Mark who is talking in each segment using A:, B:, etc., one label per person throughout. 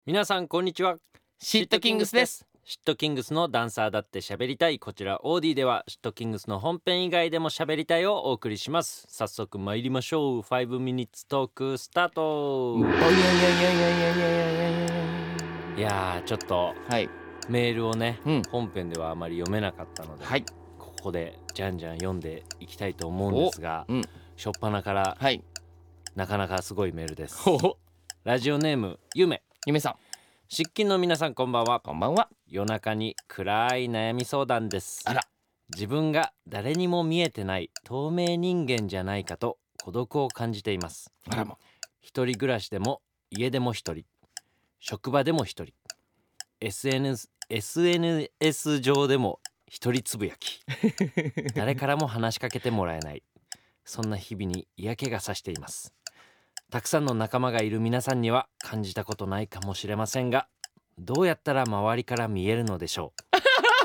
A: 皆さんこんにちは。
B: シットキングスです。
A: シットキングスのダンサーだって喋りたい。こちらオーディではシットキングスの本編以外でも喋りたいをお送りします。早速参りましょう。5ミニッツトークスタート。いやーちょっと
B: はい、
A: メールをね、
B: うん
A: 本編ではあまり読めなかったので、
B: はい、
A: ここでじゃんじゃん読んでいきたいと思うんですが、
B: うん、
A: 初っ端から
B: はい、
A: なかなかすごいメールです。
B: ほほ、
A: ラジオネームゆめ。
B: ゆめさん、
A: 失勤の皆さんこんばんは。
B: こんばんは。
A: 夜中に暗い悩み相談です。
B: あら、
A: 自分が誰にも見えてない透明人間じゃないかと孤独を感じています。
B: あらも、
A: 一人暮らしでも家でも一人、職場でも一人、 SNS 上でも一人つぶやき誰からも話しかけてもらえない、そんな日々に嫌気がさしています。たくさんの仲間がいる皆さんには感じたことないかもしれませんが、どうやったら周りから見えるのでしょう。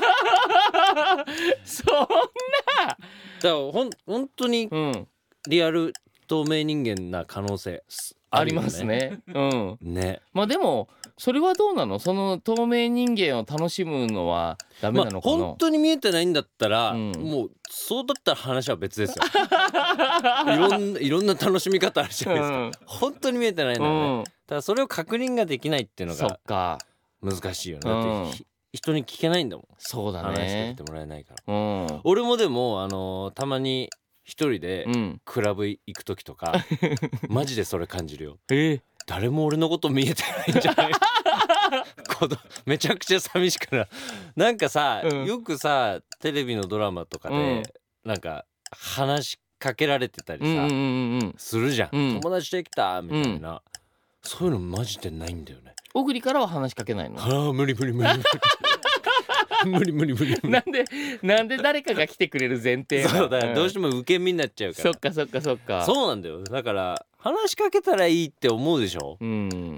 B: そん
A: だから本当に
B: な、うん、
A: リアル透明人間な可能性あ
B: あり
A: るよね。
B: ますね。うん。
A: ね。
B: まあでもそれはどうなの？その透明人間を楽しむのはダメなのかな？
A: 本当に見えてないんだったら、
B: うん
A: もうそうだったら話は別ですよ。いろんな楽しみ方あるじゃないですか、
B: うん、
A: 本当に見えてないんだよね、
B: うん、
A: ただそれを確認ができないっていうの
B: そ
A: が
B: っか、
A: 難しいよね。
B: うん
A: だって人に聞けないんだもん、
B: そうだ
A: 話しかけ
B: ね。
A: てもらえないから。
B: うん、
A: 俺もでもたまに一人で
B: うん、
A: クラブ行く時とか、マジでそれ感じるよ。誰も俺のこと見えてないんじゃないめちゃくちゃ寂しくなんかさ、
B: うん
A: よくさテレビのドラマとかで、なんか話しかけられてたりさ、
B: うんうんうんうん、
A: するじゃん、
B: うん
A: 友達できたみたいな、そういうのマジでないんだよね。
B: 小栗からは話しかけないの？
A: ああ無理無理無理無理無理無理無理
B: なんで誰かが来てくれる前提なの？
A: そうだよ、どうしても受け身になっちゃうから。
B: そっかそっかそっか。
A: そうなんだよ。だから話しかけたらいいって思うでしょ、
B: うん。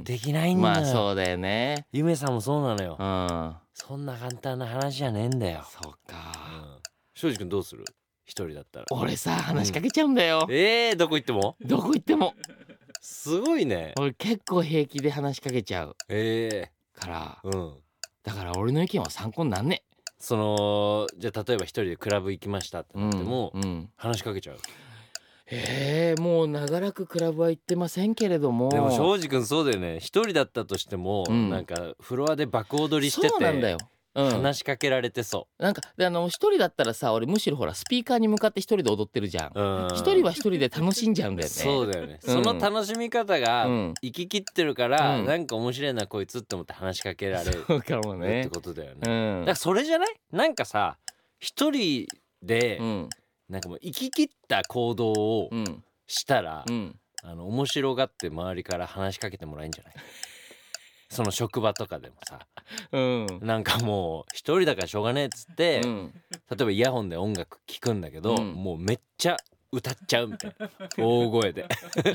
A: できないんだよ。
B: まあそうだよね。
A: ゆめさんもそうなのよ。
B: うん。
A: そんな簡単な話じゃねえんだよ。
B: そっか。
A: 庄司君どうする？一人だったら。
B: 俺さ話しかけちゃうんだよ。
A: どこ行っても
B: どこ行っても。
A: すごいね。
B: 俺結構平気で話しかけちゃうから。だから俺の意見は参考になんね
A: じゃあ例えば一人でクラブ行きましたって
B: え。
A: なっても、
B: うん。
A: 話しかけちゃう。
B: もう長らくクラブは行ってませんけれども。
A: でも庄司君そうだよね。一人だったとしても、なんかフロアで爆踊りしてて、
B: そうなんだよ。
A: 話しかけられてそ
B: なんかで一人だったらさ、俺むしろほらスピーカーに向かって一人で踊ってるじゃん。
A: う。
B: 一人は一人で楽しんじゃうんだよね。
A: そうだよね、その楽しみ方が
B: うん
A: 行ききってるから、
B: うん
A: なんか面白いなこいつって思って話しかけられる
B: そうかも
A: っ
B: ね
A: て。ことだよね。
B: うん
A: だからそれじゃない？なんかさ一人で、
B: うん
A: なんかもう行き切った行動を
B: うん
A: したら、
B: うん
A: 面白がって周りから話しかけてもらえんじゃない？その職場とかでもさ、
B: うん
A: なんかもう一人だからしょうがねえっつって、
B: うん
A: 例えばイヤホンで音楽聴くんだけど、
B: うん
A: もうめっちゃ歌っちゃうみたいな大声で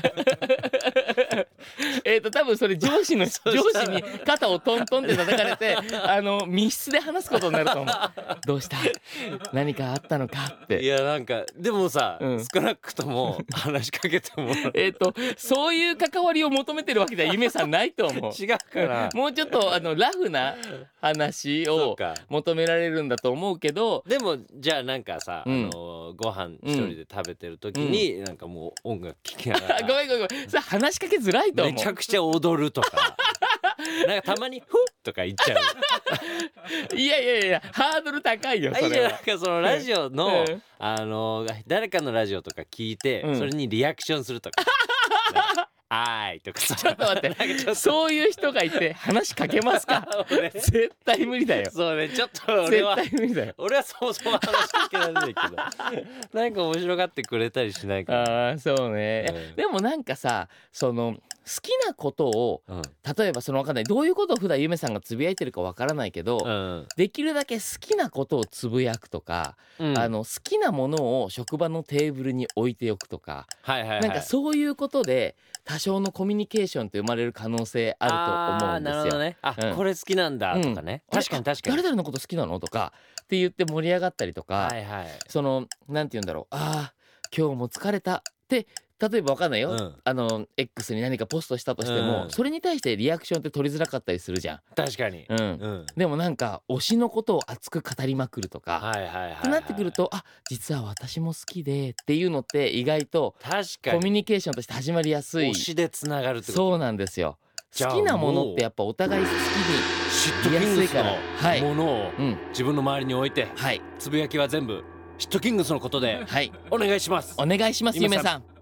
B: 多分それ上司に肩をトントンって叩かれて密室で話すことになると思う。どうした？何かあったのかっ
A: い
B: て。
A: やなんかでもさ、
B: うん
A: 少なくとも話しかけてもらう
B: そういう関わりを求めてるわけでは夢さんないと思う。
A: 違うから
B: もうちょっとラフな話を
A: そうか。
B: 求められるんだと思うけど、
A: でもじゃあなんかさ、
B: うん
A: ご飯一人で食べてる時に、なんかもう音楽聴きながら
B: ごめんそれ話しかけづらいと思う。
A: めちゃくちゃ踊るとかなんかたまにフッとか言っちゃう
B: いやハードル高いよ
A: あいいじゃん。
B: それは。
A: なんかそのラジオの、
B: うん
A: 誰かのラジオとか聞いて、
B: うん
A: それにリアクションするとかあーいとかさ
B: ちょっと待ってそういう人がいて話しかけますか？
A: 俺
B: 絶対無理だよ。
A: そうねちょっと俺
B: 絶
A: は
B: 対無理だよ。
A: 俺はそもそも話しかけられないけどなんか面白がってくれたりしないかな。
B: ああそうね、
A: うん
B: でもなんかさ好きなことを
A: うん
B: 例えばわかんないどういうことを普段ゆめさんがつぶやいてるかわからないけど、
A: うん
B: できるだけ好きなことをつぶやくとか、
A: うん
B: 好きなものを職場のテーブルに置いておくとか、
A: はいはいはい、
B: なんかそういうことで多少のコミュニケーションって生まれる可能性あると思うんですよ。
A: なるほどね。
B: うん
A: これ好きなんだとかね、確かに確かに。
B: 誰々のこと好きなのとかって言って盛り上がったりとか、
A: はいはい。
B: なんて言うんだろう、今日も疲れたって例えばわかんないよ、
A: うん
B: X に何かポストしたとしても、
A: うん
B: それに対してリアクションって取りづらかったりするじゃん。
A: 確かに。うん
B: でもなんか推しのことを熱く語りまくるとか、
A: はいはいはいはい。
B: ってなってくると、あ、実は私も好きでっていうのって意外と
A: 確かに
B: コミュニケーションとして始まりやすい。
A: 推しでつながるってこと。
B: そうなんですよ。
A: じゃあ
B: 好きなものってやっぱお互い好き
A: シット
B: に
A: キングス
B: 言いやすいから。はい。
A: のものを
B: うん。
A: 自分の周りに置いて、
B: はい。
A: つぶやきは全部シットキングスのことで
B: はい。
A: お願いします。
B: お願いします、ゆめさん。